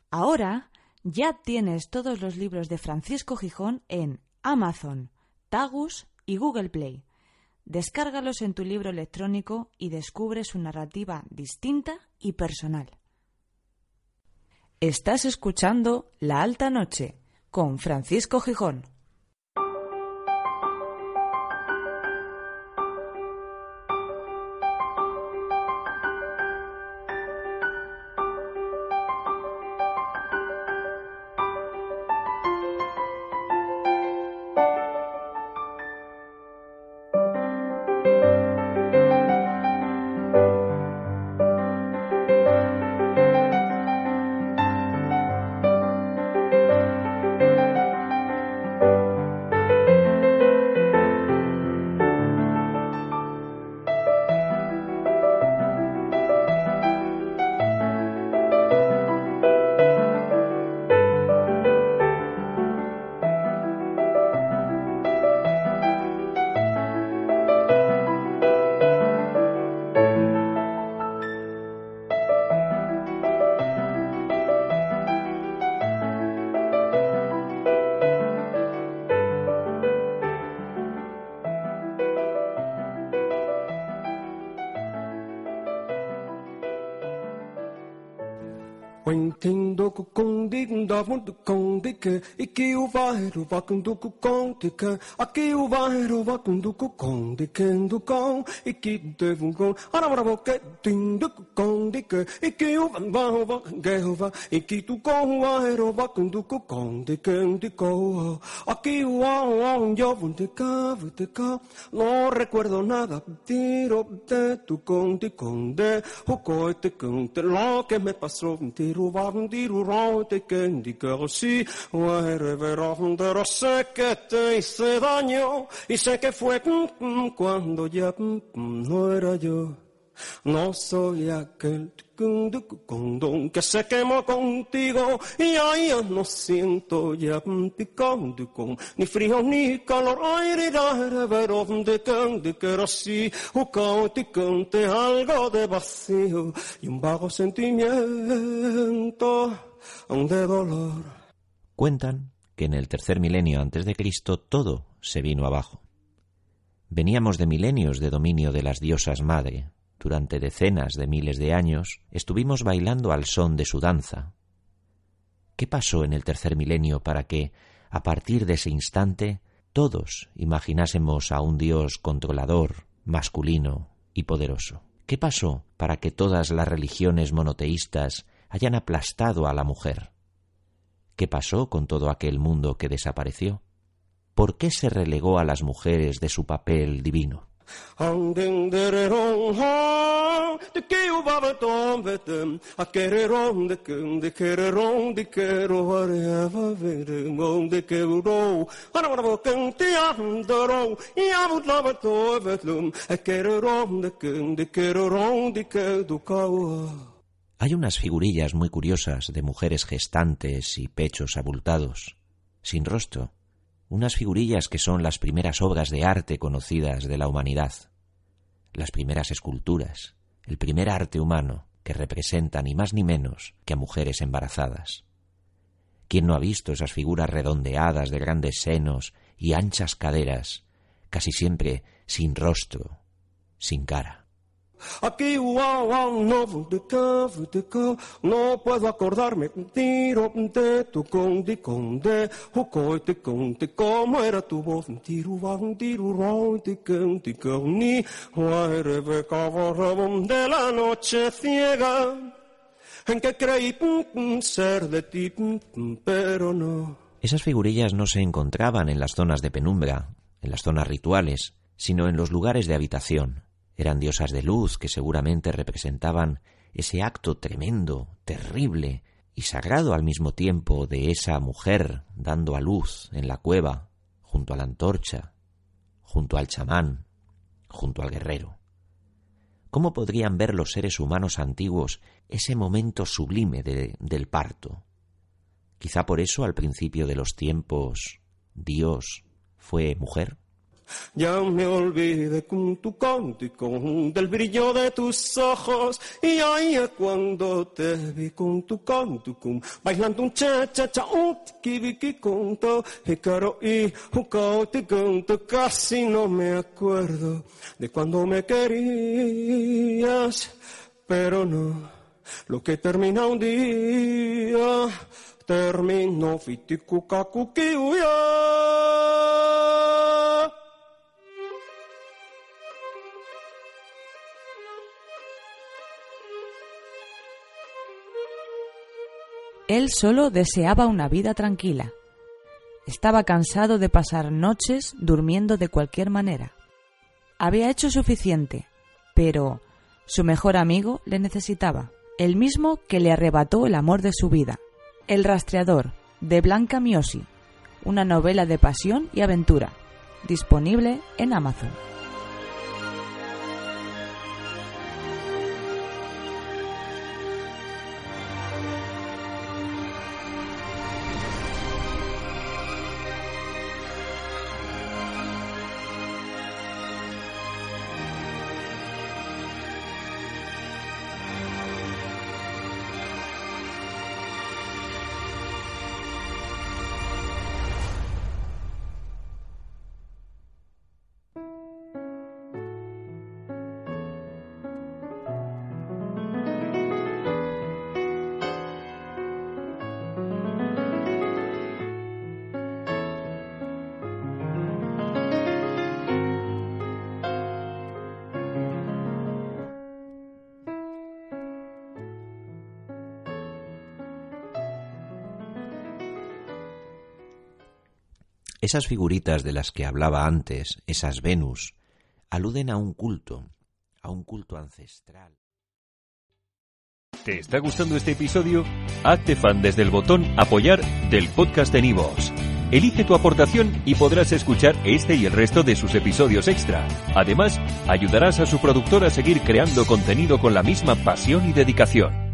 Ahora ya tienes todos los libros de Francisco Gijón en Amazon, Tagus y Google Play. Descárgalos en tu libro electrónico y descubre su narrativa distinta y personal. Estás escuchando La Alta Noche con Francisco Gijón. Wentindo kukundi ndavundo kondike iki uvaheru vakunduku kondike aki uvaheru vakunduku kondike ndukon iki devungon aramaravoke tinduku kondike iki uvaheru vakengehova iki tukon uvaheru vakunduku kondike ndiko aquí yo vundika no recuerdo nada tiro de tu conde jucoete conte lo que me pasó tiro te que sí pero sé que te hice daño y sé que fue cuando ya no era yo. No soy aquel condón que se quemó contigo y ahí yo no siento ya picón ni frío ni calor ay pero de que así te algo de vacío y un vago sentimiento de dolor. Cuentan que en el tercer milenio antes de Cristo todo se vino abajo. Veníamos de milenios de dominio de las diosas madre. Durante decenas de miles de años estuvimos bailando al son de su danza. ¿Qué pasó en el tercer milenio para que, a partir de ese instante, todos imaginásemos a un Dios controlador, masculino y poderoso? ¿Qué pasó para que todas las religiones monoteístas hayan aplastado a la mujer? ¿Qué pasó con todo aquel mundo que desapareció? ¿Por qué se relegó a las mujeres de su papel divino? Hay unas figurillas muy curiosas de mujeres gestantes y pechos abultados, sin rostro, unas figurillas que son las primeras obras de arte conocidas de la humanidad, las primeras esculturas, el primer arte humano que representa ni más ni menos que a mujeres embarazadas. ¿Quién no ha visto esas figuras redondeadas de grandes senos y anchas caderas, casi siempre sin rostro, sin cara? Aquí no puedo acordarme tiro de tu conde jucoite conte cómo era tu voz tiro ni de la noche ciega en que creí ser de ti pero no. Esas figurillas no se encontraban en las zonas de penumbra, en las zonas rituales, sino en los lugares de habitación. Eran diosas de luz que seguramente representaban ese acto tremendo, terrible y sagrado al mismo tiempo de esa mujer dando a luz en la cueva, junto a la antorcha, junto al chamán, junto al guerrero. ¿Cómo podrían ver los seres humanos antiguos ese momento sublime del parto? Quizá por eso al principio de los tiempos Dios fue mujer. Ya me olvidé con tu cántico del brillo de tus ojos. Y ahí cuando te vi con tu cántico bailando un cha-cha-cha, un tiki-biki conto. Y caro y un canto, casi no me acuerdo de cuando me querías. Pero no, lo que termina un día, terminó fiticucacuquiuya. Él solo deseaba una vida tranquila. Estaba cansado de pasar noches durmiendo de cualquier manera. Había hecho suficiente, pero su mejor amigo le necesitaba, el mismo que le arrebató el amor de su vida. El rastreador, de Blanca Miosi, una novela de pasión y aventura, disponible en Amazon. Esas figuritas de las que hablaba antes, esas Venus, aluden a un culto ancestral. ¿Te está gustando este episodio? Hazte fan desde el botón Apoyar del podcast de Nivos. Elige tu aportación y podrás escuchar este y el resto de sus episodios extra. Además, ayudarás a su productor a seguir creando contenido con la misma pasión y dedicación.